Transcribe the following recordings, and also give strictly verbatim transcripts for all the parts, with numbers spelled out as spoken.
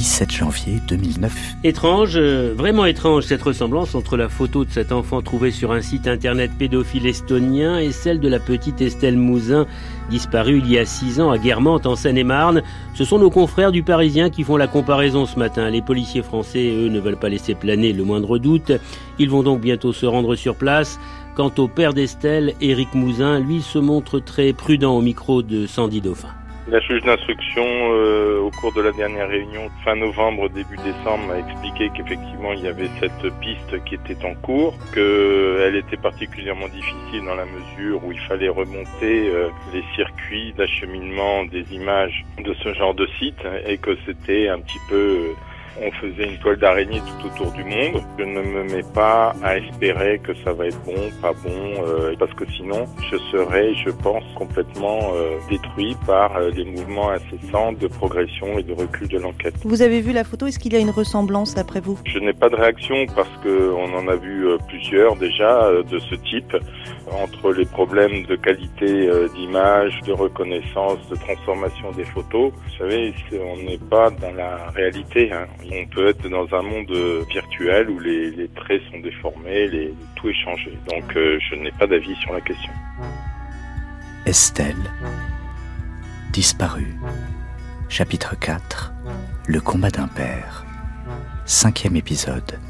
dix-sept janvier deux mille neuf. Étrange, euh, vraiment étrange cette ressemblance entre la photo de cet enfant trouvée sur un site internet pédophile estonien et celle de la petite Estelle Mouzin, disparue il y a six ans à Guermantes en Seine-et-Marne. Ce sont nos confrères du Parisien qui font la comparaison ce matin. Les policiers français, eux, ne veulent pas laisser planer le moindre doute. Ils vont donc bientôt se rendre sur place. Quant au père d'Estelle, Éric Mouzin, lui, se montre très prudent au micro de Sandy Dauphin. La juge d'instruction, euh, au cours de la dernière réunion, fin novembre, début décembre, m'a expliqué qu'effectivement il y avait cette piste qui était en cours, qu'elle était particulièrement difficile dans la mesure où il fallait remonter euh, les circuits d'acheminement des images de ce genre de site et que c'était un petit peu... Euh, on faisait une toile d'araignée tout autour du monde. Je ne me mets pas à espérer que ça va être bon, pas bon, euh, parce que sinon, je serais, je pense, complètement euh, détruit par euh, les mouvements incessants de progression et de recul de l'enquête. Vous avez vu la photo, est-ce qu'il y a une ressemblance d'après vous ? Je n'ai pas de réaction parce qu'on en a vu euh, plusieurs déjà euh, de ce type, entre les problèmes de qualité euh, d'image, de reconnaissance, de transformation des photos. Vous savez, on n'est pas dans la réalité, hein. On peut être dans un monde virtuel où les, les traits sont déformés, les, tout est changé. Donc euh, je n'ai pas d'avis sur la question. Estelle, disparue. Chapitre quatre, le combat d'un père. Cinquième épisode.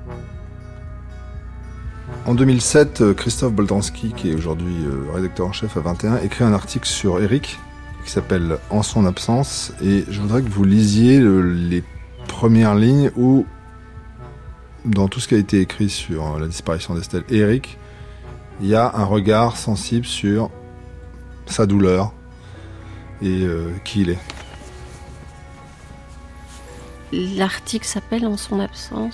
En deux mille sept, Christophe Boltanski, qui est aujourd'hui rédacteur en chef à vingt et un, écrit un article sur Éric qui s'appelle « En son absence » et je voudrais que vous lisiez le, les première ligne où, dans tout ce qui a été écrit sur la disparition d'Estelle et Éric, il y a un regard sensible sur sa douleur et euh, qui il est. L'article s'appelle « En son absence ».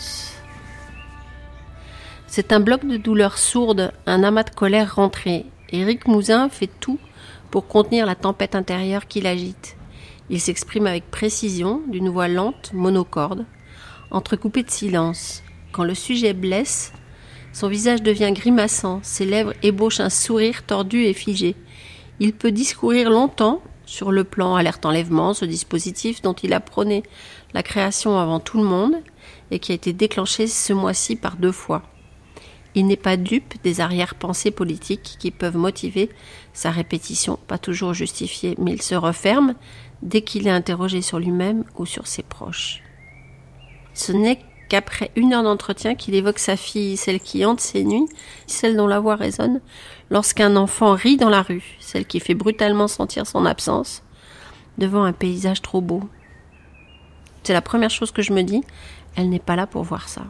C'est un bloc de douleur sourde, un amas de colère rentré. Éric Mouzin fait tout pour contenir la tempête intérieure qui l'agite. Il s'exprime avec précision, d'une voix lente, monocorde, entrecoupée de silence. Quand le sujet blesse, son visage devient grimaçant, ses lèvres ébauchent un sourire tordu et figé. Il peut discourir longtemps sur le plan alerte enlèvement, ce dispositif dont il a prôné la création avant tout le monde et qui a été déclenché ce mois-ci par deux fois. Il n'est pas dupe des arrière-pensées politiques qui peuvent motiver sa répétition, pas toujours justifiée, mais il se referme dès qu'il est interrogé sur lui-même ou sur ses proches. Ce n'est qu'après une heure d'entretien qu'il évoque sa fille, celle qui hante ses nuits, celle dont la voix résonne lorsqu'un enfant rit dans la rue, celle qui fait brutalement sentir son absence devant un paysage trop beau. C'est la première chose que je me dis, elle n'est pas là pour voir ça.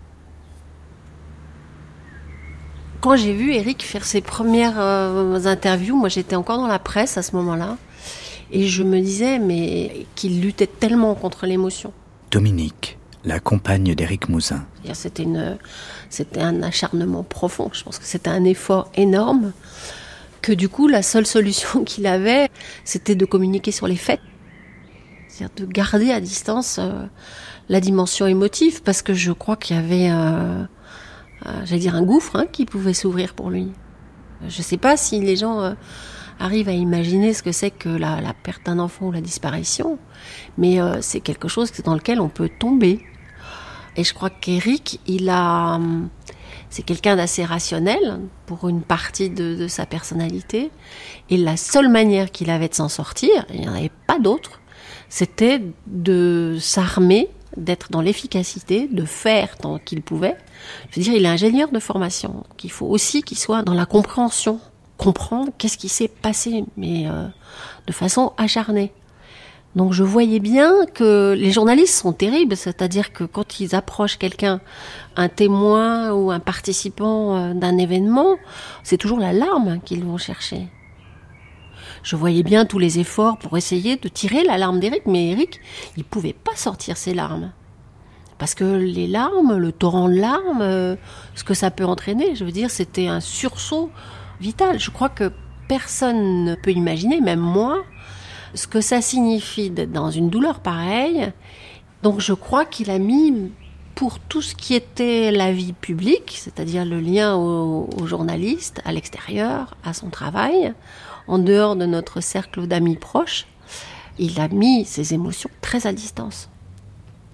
Quand j'ai vu Éric faire ses premières euh, interviews, moi j'étais encore dans la presse à ce moment-là, et je me disais mais qu'il luttait tellement contre l'émotion. Dominique, la compagne d'Éric Mouzin. C'était, une, c'était un acharnement profond, je pense que c'était un effort énorme, que du coup la seule solution qu'il avait, c'était de communiquer sur les faits. C'est-à-dire de garder à distance euh, la dimension émotive, parce que je crois qu'il y avait... Euh, Euh, j'allais dire un gouffre hein, qui pouvait s'ouvrir pour lui. Je ne sais pas si les gens euh, arrivent à imaginer ce que c'est que la, la perte d'un enfant ou la disparition, mais euh, c'est quelque chose dans lequel on peut tomber. Et je crois qu'Éric, il a, c'est quelqu'un d'assez rationnel pour une partie de, de sa personnalité, et la seule manière qu'il avait de s'en sortir, il n'y en avait pas d'autre, c'était de s'armer, d'être dans l'efficacité, de faire tant qu'il pouvait. Je veux dire, il est ingénieur de formation. Donc il faut aussi qu'il soit dans la compréhension. Comprendre qu'est-ce qui s'est passé, mais euh, de façon acharnée. Donc je voyais bien que les journalistes sont terribles, c'est-à-dire que quand ils approchent quelqu'un, un témoin ou un participant d'un événement, c'est toujours la larme qu'ils vont chercher. Je voyais bien tous les efforts pour essayer de tirer la larme d'Éric, mais Éric, il ne pouvait pas sortir ses larmes. Parce que les larmes, le torrent de larmes, euh, ce que ça peut entraîner, je veux dire, c'était un sursaut vital. Je crois que personne ne peut imaginer, même moi, ce que ça signifie d'être dans une douleur pareille. Donc je crois qu'il a mis, pour tout ce qui était la vie publique, c'est-à-dire le lien aux, aux journalistes, à l'extérieur, à son travail, en dehors de notre cercle d'amis proches, il a mis ses émotions très à distance.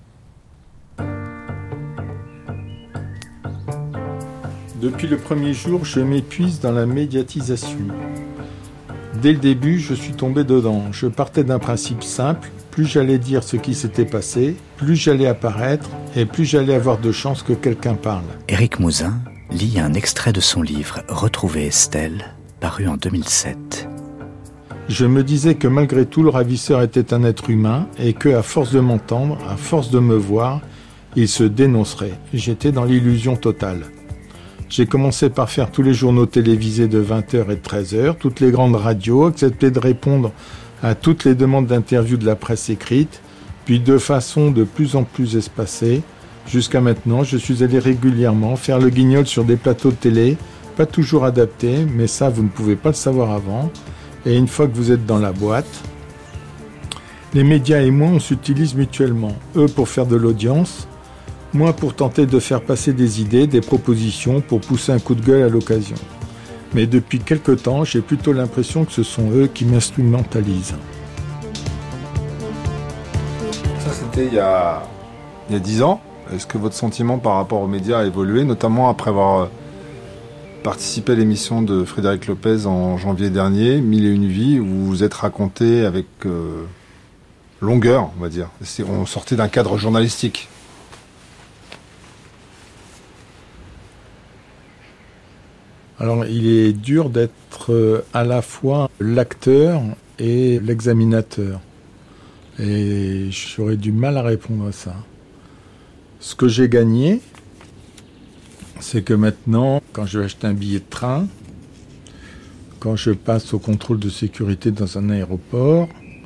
Depuis le premier jour, je m'épuise dans la médiatisation. Dès le début, je suis tombé dedans. Je partais d'un principe simple. Plus j'allais dire ce qui s'était passé, plus j'allais apparaître et plus j'allais avoir de chances que quelqu'un parle. Éric Mouzin lit un extrait de son livre « Retrouver Estelle », paru en deux mille sept. Je me disais que malgré tout, le ravisseur était un être humain et que, à force de m'entendre, à force de me voir, il se dénoncerait. J'étais dans l'illusion totale. J'ai commencé par faire tous les journaux télévisés de vingt heures et de treize heures, toutes les grandes radios, accepter de répondre à toutes les demandes d'interview de la presse écrite, puis de façon de plus en plus espacée. Jusqu'à maintenant, je suis allé régulièrement faire le guignol sur des plateaux de télé, pas toujours adaptés, mais ça, vous ne pouvez pas le savoir avant. Et une fois que vous êtes dans la boîte, les médias et moi, on s'utilise mutuellement. Eux pour faire de l'audience, moi pour tenter de faire passer des idées, des propositions, pour pousser un coup de gueule à l'occasion. Mais depuis quelque temps, j'ai plutôt l'impression que ce sont eux qui m'instrumentalisent. Ça, c'était il y a il y a dix ans. Est-ce que votre sentiment par rapport aux médias a évolué, notamment après avoir participé à l'émission de Frédéric Lopez en janvier dernier, Mille et une vies, où vous vous êtes raconté avec euh, longueur, on va dire. C'est, on sortait d'un cadre journalistique. Alors, il est dur d'être à la fois l'acteur et l'examinateur. Et j'aurais du mal à répondre à ça. Ce que j'ai gagné, c'est que maintenant, quand je vais acheter un billet de train, quand je passe au contrôle de sécurité dans un aéroport,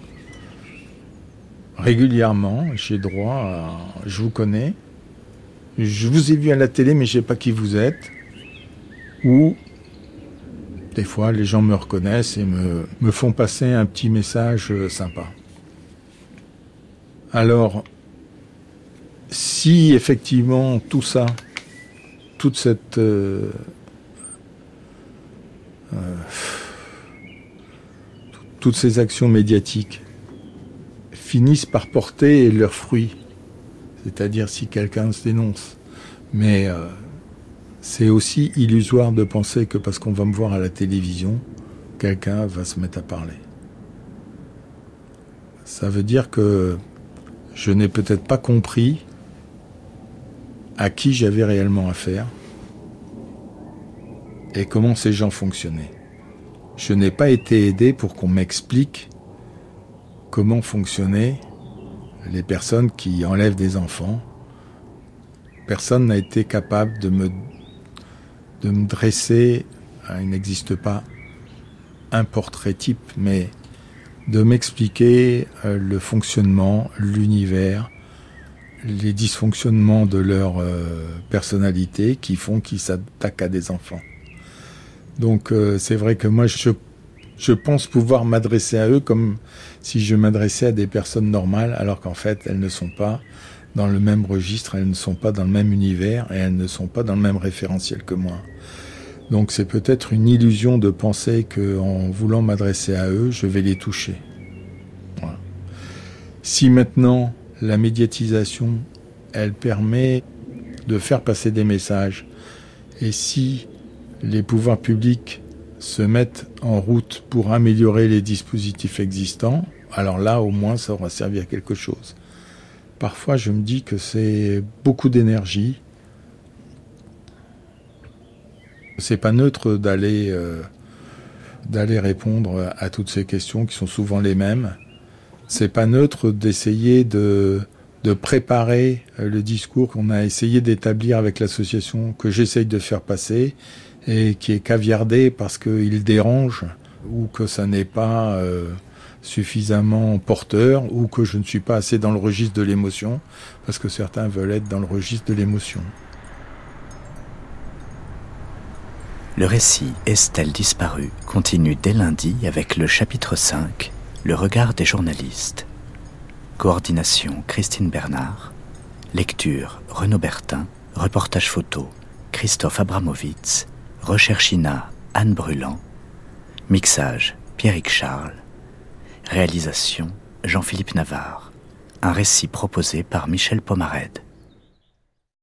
régulièrement, j'ai droit à « je vous connais »,« je vous ai vu à la télé mais je ne sais pas qui vous êtes », ou des fois les gens me reconnaissent et me, me font passer un petit message sympa. Alors, si effectivement tout ça, toute cette euh, euh, toutes ces actions médiatiques finissent par porter leurs fruits, c'est-à-dire si quelqu'un se dénonce, mais euh, c'est aussi illusoire de penser que parce qu'on va me voir à la télévision, quelqu'un va se mettre à parler. Ça veut dire que je n'ai peut-être pas compris à qui j'avais réellement affaire et comment ces gens fonctionnaient. Je n'ai pas été aidé pour qu'on m'explique comment fonctionnaient les personnes qui enlèvent des enfants. Personne n'a été capable de me, de me dresser, il n'existe pas un portrait type, mais de m'expliquer le fonctionnement, l'univers, les dysfonctionnements de leur euh, personnalité qui font qu'ils s'attaquent à des enfants. Donc euh, c'est vrai que moi je, je pense pouvoir m'adresser à eux comme si je m'adressais à des personnes normales, alors qu'en fait elles ne sont pas dans le même registre, elles ne sont pas dans le même univers et elles ne sont pas dans le même référentiel que moi. Donc c'est peut-être une illusion de penser qu'en voulant m'adresser à eux, je vais les toucher. Voilà. Si maintenant la médiatisation, elle permet de faire passer des messages, et si les pouvoirs publics se mettent en route pour améliorer les dispositifs existants, alors là au moins ça aura servi à quelque chose. Parfois je me dis que c'est beaucoup d'énergie. C'est pas neutre d'aller euh, d'aller répondre à toutes ces questions qui sont souvent les mêmes. C'est pas neutre d'essayer de de préparer le discours qu'on a essayé d'établir avec l'association que j'essaye de faire passer et qui est caviardé parce qu'il dérange ou que ça n'est pas euh, suffisamment porteur ou que je ne suis pas assez dans le registre de l'émotion parce que certains veulent être dans le registre de l'émotion. Le récit Estelle disparue continue dès lundi avec le chapitre cinq, le regard des journalistes. Coordination Christine Bernard. Lecture Renaud Bertin. Reportage photo Christophe Abramovitz. Recherche I N A Anne Brûlant. Mixage Pierrick Charles. Réalisation Jean-Philippe Navarre. Un récit proposé par Michel Pomarède.